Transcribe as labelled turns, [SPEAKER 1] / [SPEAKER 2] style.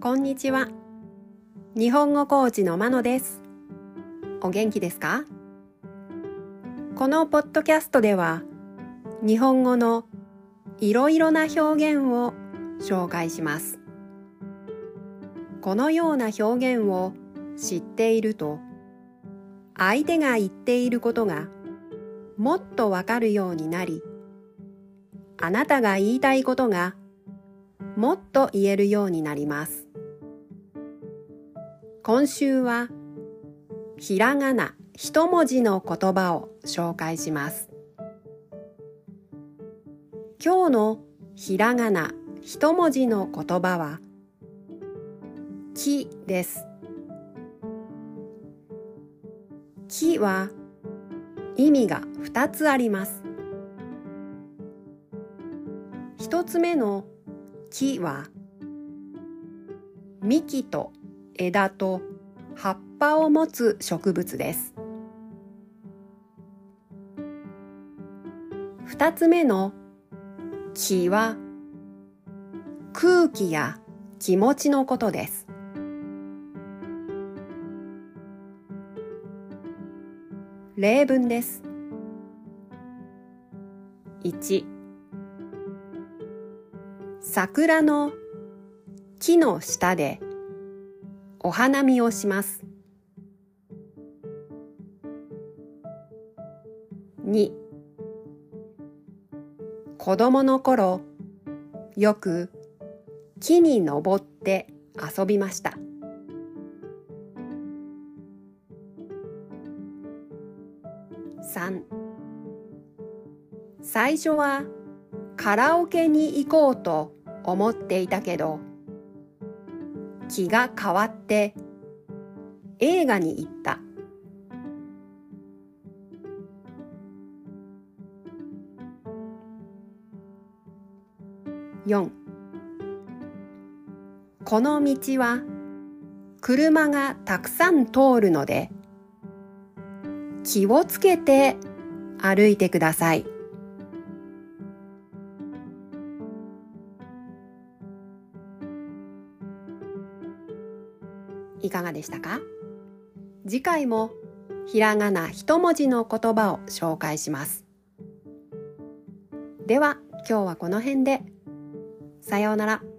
[SPEAKER 1] こんにちは。日本語コーチのまのです。お元気ですか？このポッドキャストでは日本語のいろいろな表現を紹介します。このような表現を知っていると、相手が言っていることがもっとわかるようになり、あなたが言いたいことがもっと言えるようになります。今週はひらがな一文字の言葉を紹介します。今日のひらがな一文字の言葉はきです。きは意味が2つあります。1つ目のきは幹と枝と葉っぱを持つ植物です。2つ目の気は空気や気持ちのことです。例文です。1、桜の木の下でお花見をします。2、子供の頃、よく木に登って遊びました。3、最初はカラオケに行こうと思っていたけど、気が変わって映画に行った。4、この道は車がたくさん通るので気をつけて歩いてください。いかがでしたか？次回もひらがな一文字の言葉を紹介します。では今日はこの辺で。さようなら。